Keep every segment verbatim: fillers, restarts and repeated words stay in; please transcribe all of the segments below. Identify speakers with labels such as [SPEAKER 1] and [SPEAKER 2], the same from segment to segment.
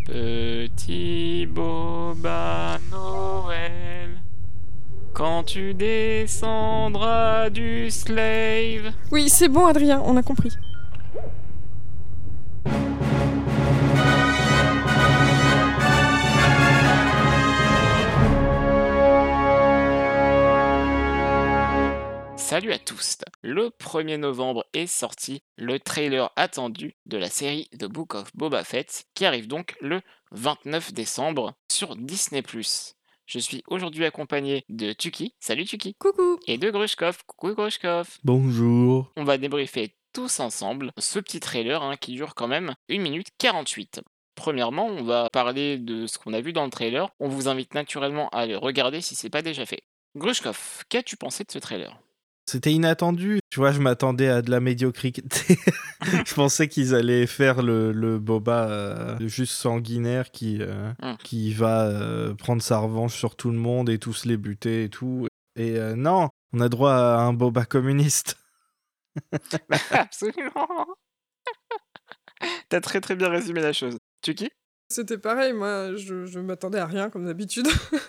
[SPEAKER 1] Petit Boba Noël, quand tu descendras du slave.
[SPEAKER 2] Oui, c'est bon, Adrien, on a compris.
[SPEAKER 1] Salut à tous. Le premier novembre est sorti le trailer attendu de la série The Book of Boba Fett, qui arrive donc le vingt-neuf décembre sur Disney plus. Je suis aujourd'hui accompagné de Tuki, salut Tuki,
[SPEAKER 2] Coucou.
[SPEAKER 1] et de Grushkov, coucou Grushkov.
[SPEAKER 3] Bonjour.
[SPEAKER 1] On va débriefer tous ensemble ce petit trailer hein, qui dure quand même une minute quarante-huit. Premièrement, on va parler de ce qu'on a vu dans le trailer. On vous invite naturellement à le regarder si c'est pas déjà fait. Grushkov, qu'as-tu pensé de ce trailer ?
[SPEAKER 3] C'était inattendu. Tu vois, je m'attendais à de la médiocrité. Je pensais qu'ils allaient faire le, le Boba euh, juste sanguinaire qui, euh,
[SPEAKER 1] Mm.
[SPEAKER 3] qui va euh, prendre sa revanche sur tout le monde et tous les buter et tout. Et euh, non, on a droit à un Boba communiste.
[SPEAKER 1] Absolument. T'as très très bien résumé la chose. Tuki ?
[SPEAKER 2] C'était pareil, moi, je, je m'attendais à rien, comme d'habitude.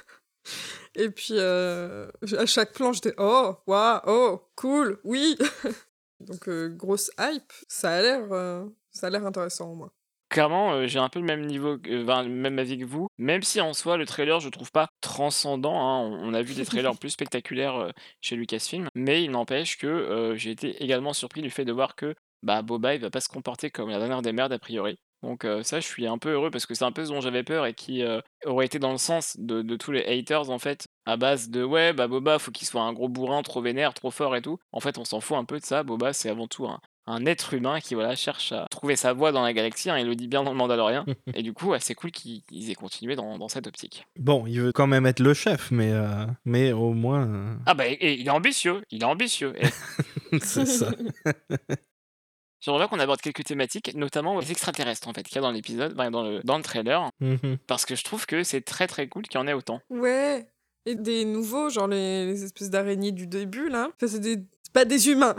[SPEAKER 2] Et puis, euh, à chaque plan, j'étais « Oh, waouh, oh, cool, oui !» Donc, euh, grosse hype. Ça a l'air euh, ça a l'air intéressant, au moins.
[SPEAKER 1] Clairement, euh, j'ai un peu le même niveau, que- enfin, le même avis que vous, même si en soi le trailer je trouve pas transcendant, hein. On, on a vu des trailers plus spectaculaires euh, chez Lucasfilm, mais il n'empêche que euh, j'ai été également surpris du fait de voir que bah, Boba il va pas se comporter comme la dernière des merdes a priori. Donc euh, ça je suis un peu heureux parce que c'est un peu ce dont j'avais peur et qui euh, aurait été dans le sens de, de tous les haters en fait, à base de ouais bah Boba faut qu'il soit un gros bourrin, trop vénère, trop fort et tout. En fait on s'en fout un peu de ça, Boba c'est avant tout un, un être humain qui voilà, cherche à trouver sa voie dans la galaxie, hein, il le dit bien dans le Mandalorian, et du coup ouais, c'est cool qu'ils ils aient continué dans, dans cette optique.
[SPEAKER 3] Bon, il veut quand même être le chef, mais, euh, mais au moins, euh,
[SPEAKER 1] Ah bah et, et il est ambitieux, il est ambitieux. Et
[SPEAKER 3] c'est ça.
[SPEAKER 1] j'aimerais bien qu'on aborde quelques thématiques, notamment les extraterrestres en fait, qu'il y a dans l'épisode, enfin, dans le, dans le trailer,
[SPEAKER 3] Mhm.
[SPEAKER 1] parce que je trouve que c'est très très cool qu'il y en ait autant.
[SPEAKER 2] Ouais. Et des nouveaux, genre les, les espèces d'araignées du début, là. Enfin, c'est des... c'est pas des humains.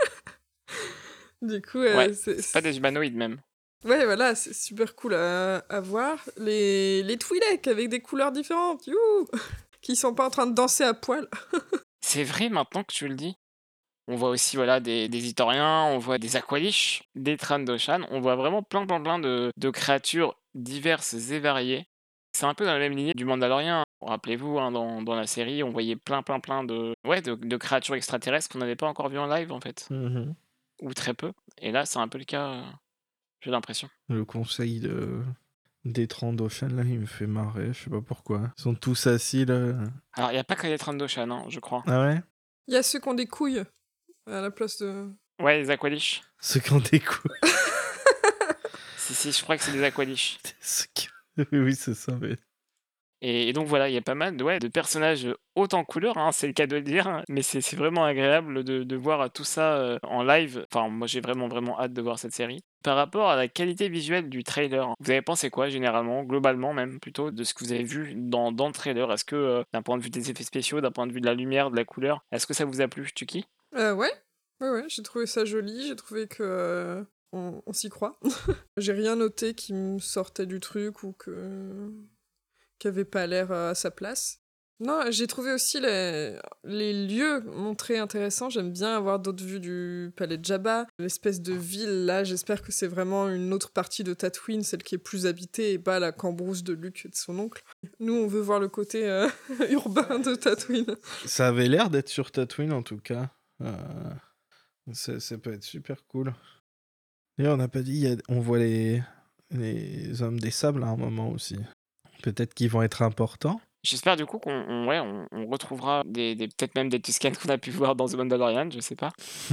[SPEAKER 2] Du coup, euh,
[SPEAKER 1] Ouais,
[SPEAKER 2] c'est...
[SPEAKER 1] c'est pas des humanoïdes même.
[SPEAKER 2] Ouais, voilà, c'est super cool à, à voir. Les, les Twi'lek avec des couleurs différentes, youhou qui sont pas en train de danser à poil.
[SPEAKER 1] C'est vrai maintenant que tu le dis. On voit aussi voilà, des, des Itoriens, on voit des Aqualish, des Trandoshan, on voit vraiment plein plein plein de, de créatures diverses et variées. C'est un peu dans la même lignée du Mandalorian. Rappelez-vous, hein, dans, dans la série, on voyait plein plein plein de, ouais, de, de créatures extraterrestres qu'on n'avait pas encore vues en live en fait,
[SPEAKER 3] Mhm.
[SPEAKER 1] ou très peu. Et là, c'est un peu le cas, euh, j'ai l'impression.
[SPEAKER 3] Le conseil de... des Trandoshan, là, il me fait marrer, je sais pas pourquoi. Ils sont tous assis, là.
[SPEAKER 1] Alors, il n'y a pas que les Trandoshan, hein, je crois.
[SPEAKER 3] Ah ouais?
[SPEAKER 2] Il y a ceux qui ont des couilles à la place de...
[SPEAKER 1] Ouais, les Aqualish.
[SPEAKER 3] Ceux qui ont des couilles.
[SPEAKER 1] Si, si, je crois que c'est des Aqualish.
[SPEAKER 3] Ceux qui- Oui, oui, c'est ça, mais...
[SPEAKER 1] Et, et donc voilà, il y a pas mal de, ouais, de personnages hautes en couleur, hein, c'est le cas de le dire, hein, mais c'est c'est vraiment agréable de, de voir tout ça euh, en live. Enfin, moi j'ai vraiment vraiment hâte de voir cette série. Par rapport à la qualité visuelle du trailer, vous avez pensé quoi généralement, globalement même plutôt, de ce que vous avez vu dans, dans le trailer? Est-ce que euh, d'un point de vue des effets spéciaux, d'un point de vue de la lumière, de la couleur, est-ce que ça vous a plu, Tuki?
[SPEAKER 2] Euh, ouais, ouais, ouais, j'ai trouvé ça joli, j'ai trouvé que... euh, on, on s'y croit. J'ai rien noté qui me sortait du truc ou que... qui avait pas l'air euh, à sa place. Non, j'ai trouvé aussi les, les lieux montrés intéressants. J'aime bien avoir d'autres vues du palais de Jabba. L'espèce de ville, là, j'espère que c'est vraiment une autre partie de Tatooine, celle qui est plus habitée et pas la cambrousse de Luke et de son oncle. Nous, on veut voir le côté euh, urbain de Tatooine.
[SPEAKER 3] Ça avait l'air d'être sur Tatooine, en tout cas. Euh, ça, ça peut être super cool. D'ailleurs, on n'a pas dit, il y a- on voit les... les hommes des sables à un moment aussi. Peut-être qu'ils vont être importants.
[SPEAKER 1] J'espère du coup qu'on on- ouais, on, on retrouvera des, des- peut-être même des Tuscans qu'on a pu voir dans The Mandalorian, je sais pas.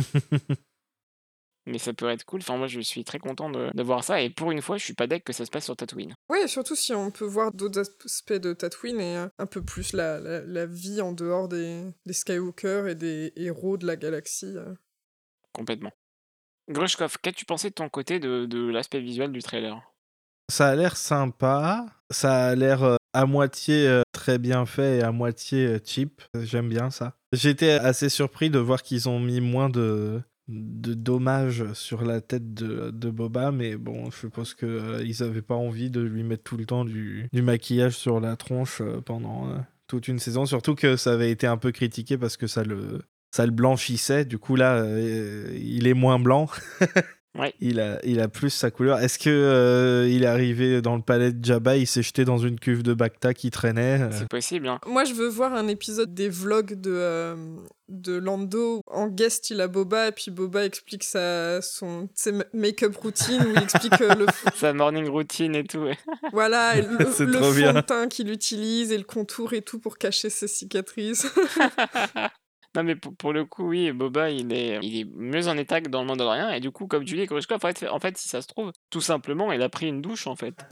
[SPEAKER 1] Mais ça peut être cool. Enfin, moi, je suis très content de, de voir ça. Et pour une fois, je suis pas deg que ça se passe sur Tatooine.
[SPEAKER 2] Ouais, surtout si on peut voir d'autres aspects de Tatooine et euh, un peu plus la, la, la vie en dehors des, des Skywalker et des héros de la galaxie. euh.
[SPEAKER 1] Complètement. Grushkov, qu'as-tu pensé de ton côté de, de l'aspect visuel du trailer?
[SPEAKER 3] Ça a l'air sympa. Ça a l'air euh, à moitié euh, très bien fait et à moitié euh, cheap. J'aime bien ça. J'étais assez surpris de voir qu'ils ont mis moins de, de dommages sur la tête de, de Boba, mais bon, je suppose qu'ils euh, avaient pas envie de lui mettre tout le temps du, du maquillage sur la tronche euh, pendant euh, toute une saison, surtout que ça avait été un peu critiqué parce que ça le, ça le blanchissait, du coup là, euh, il est moins blanc.
[SPEAKER 1] Ouais.
[SPEAKER 3] Il a, il a plus sa couleur. Est-ce que euh, il est arrivé dans le palais de Jabba, il s'est jeté dans une cuve de Bacta qui traînait euh...
[SPEAKER 1] C'est possible, hein.
[SPEAKER 2] Moi, je veux voir un épisode des vlogs de, euh, de Lando. En guest, il a Boba, et puis Boba explique sa, son make-up routine, où il explique euh, le... F...
[SPEAKER 1] sa morning routine et tout, ouais.
[SPEAKER 2] Voilà, et le, le fond de teint qu'il utilise, et le contour et tout pour cacher ses cicatrices.
[SPEAKER 1] Non mais pour, pour le coup oui, Boba il est, il est mieux en état que dans le Mandalorian et du coup comme tu dis Grushkov, en fait, en fait si ça se trouve tout simplement il a pris une douche en fait.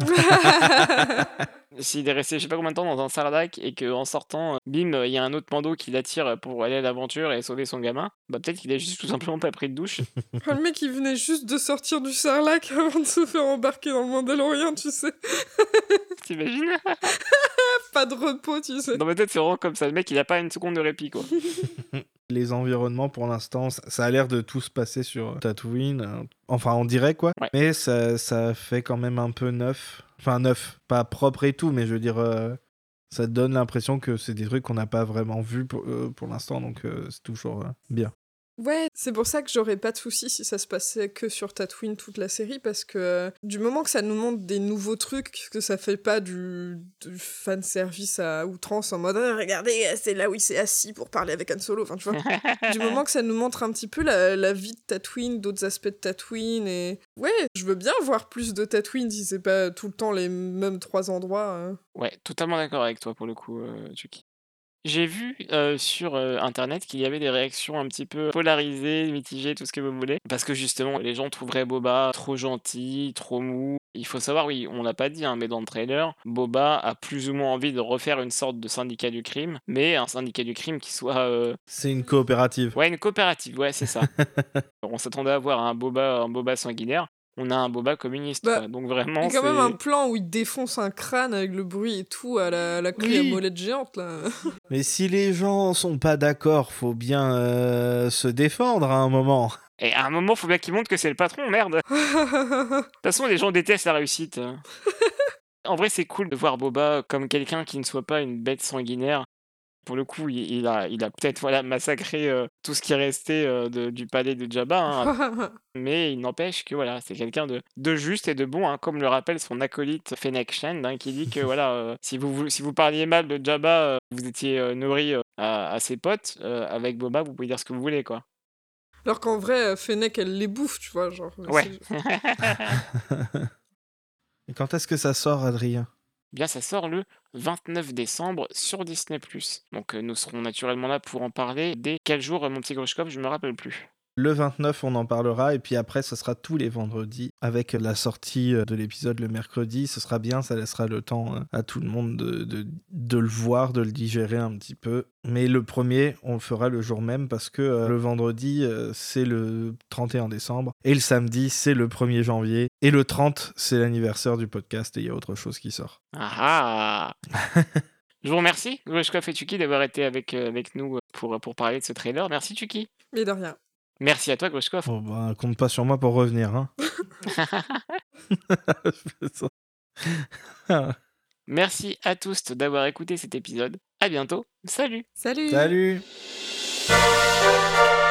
[SPEAKER 1] S'il est resté je sais pas combien de temps dans un sarlacc et qu'en sortant, bim, il y a un autre Mando qui l'attire pour aller à l'aventure et sauver son gamin, bah peut-être qu'il a juste tout simplement pas pris de douche.
[SPEAKER 2] Le mec il venait juste de sortir du sarlac avant de se faire embarquer dans le Mandalorian, tu sais.
[SPEAKER 1] T'imagines?
[SPEAKER 2] Pas de repos, tu sais.
[SPEAKER 1] Dans ma tête c'est vraiment comme ça, le mec il a pas une seconde de répit quoi.
[SPEAKER 3] Les environnements pour l'instant, ça, ça a l'air de tout se passer sur Tatooine, euh, enfin on dirait quoi,
[SPEAKER 1] ouais.
[SPEAKER 3] Mais ça, ça fait quand même un peu neuf, enfin neuf, pas propre et tout, mais je veux dire, euh, ça donne l'impression que c'est des trucs qu'on n'a pas vraiment vus pour, euh, pour l'instant, donc euh, c'est toujours euh, bien.
[SPEAKER 2] Ouais, c'est pour ça que j'aurais pas de soucis si ça se passait que sur Tatooine toute la série, parce que euh, du moment que ça nous montre des nouveaux trucs, que ça fait pas du, du fanservice à outrance en mode ah, regardez, c'est là où il s'est assis pour parler avec Han Solo, enfin tu vois. Du moment que ça nous montre un petit peu la, la vie de Tatooine, d'autres aspects de Tatooine, et ouais, je veux bien voir plus de Tatooine si c'est pas tout le temps les mêmes trois endroits. Hein.
[SPEAKER 1] Ouais, totalement d'accord avec toi pour le coup, euh, Chucky. J'ai vu euh, sur euh, internet qu'il y avait des réactions un petit peu polarisées, mitigées, tout ce que vous voulez. Parce que justement, les gens trouveraient Boba trop gentil, trop mou. Il faut savoir, oui, on l'a pas dit, hein, mais dans le trailer, Boba a plus ou moins envie de refaire une sorte de syndicat du crime, mais un syndicat du crime qui soit... Euh...
[SPEAKER 3] C'est une coopérative.
[SPEAKER 1] Ouais, une coopérative, ouais, c'est ça. On s'attendait à voir un Boba, un Boba sanguinaire. On a un Boba communiste,
[SPEAKER 2] bah,
[SPEAKER 1] quoi. Donc vraiment,
[SPEAKER 2] il y a quand
[SPEAKER 1] c'est...
[SPEAKER 2] même un plan où il défonce un crâne avec le bruit et tout à la, la clé
[SPEAKER 3] oui.
[SPEAKER 2] à molette géante, là.
[SPEAKER 3] Mais si les gens sont pas d'accord, faut bien euh, se défendre à un moment.
[SPEAKER 1] Et à un moment, faut bien qu'ils montrent que c'est le patron, merde. De toute façon, les gens détestent la réussite. En vrai, c'est cool de voir Boba comme quelqu'un qui ne soit pas une bête sanguinaire. Pour le coup, il, il a, il a peut-être voilà, massacré euh, tout ce qui restait euh, de, du palais de Jabba, hein, mais il n'empêche que voilà, c'est quelqu'un de, de juste et de bon, hein, comme le rappelle son acolyte Fennec Shand, hein, qui dit que voilà, euh, si, vous, si vous parliez mal de Jabba, euh, vous étiez euh, nourri euh, à, à ses potes, euh, avec Boba, vous pouvez dire ce que vous voulez, quoi.
[SPEAKER 2] Alors qu'en vrai, Fennec, elle les bouffe, tu vois, genre...
[SPEAKER 1] Ouais.
[SPEAKER 3] Et quand est-ce que ça sort, Adrien ?
[SPEAKER 1] Bien, ça sort le vingt-neuf décembre sur Disney plus. Donc, euh, nous serons naturellement là pour en parler. Dès quel jour, euh, mon petit Grushkov, je me rappelle plus.
[SPEAKER 3] Le vingt-neuf, on en parlera, et puis après, ça sera tous les vendredis, avec la sortie de l'épisode le mercredi. Ce sera bien, ça laissera le temps à tout le monde de, de, de le voir, de le digérer un petit peu. Mais le premier, on le fera le jour même, parce que euh, le vendredi, euh, c'est le trente et un décembre, et le samedi, c'est le premier janvier, et le trente, c'est l'anniversaire du podcast, et il y a autre chose qui sort.
[SPEAKER 1] Ah ah. Je vous remercie, Grushkov et Chucky, d'avoir été avec, euh, avec nous pour, pour parler de ce trailer. Merci, Chucky.
[SPEAKER 2] Mais de rien.
[SPEAKER 1] Merci à toi, Grushkov.
[SPEAKER 3] Bon, bah, compte pas sur moi pour revenir, hein.
[SPEAKER 1] Merci à tous d'avoir écouté cet épisode. À bientôt. Salut.
[SPEAKER 2] Salut.
[SPEAKER 3] Salut.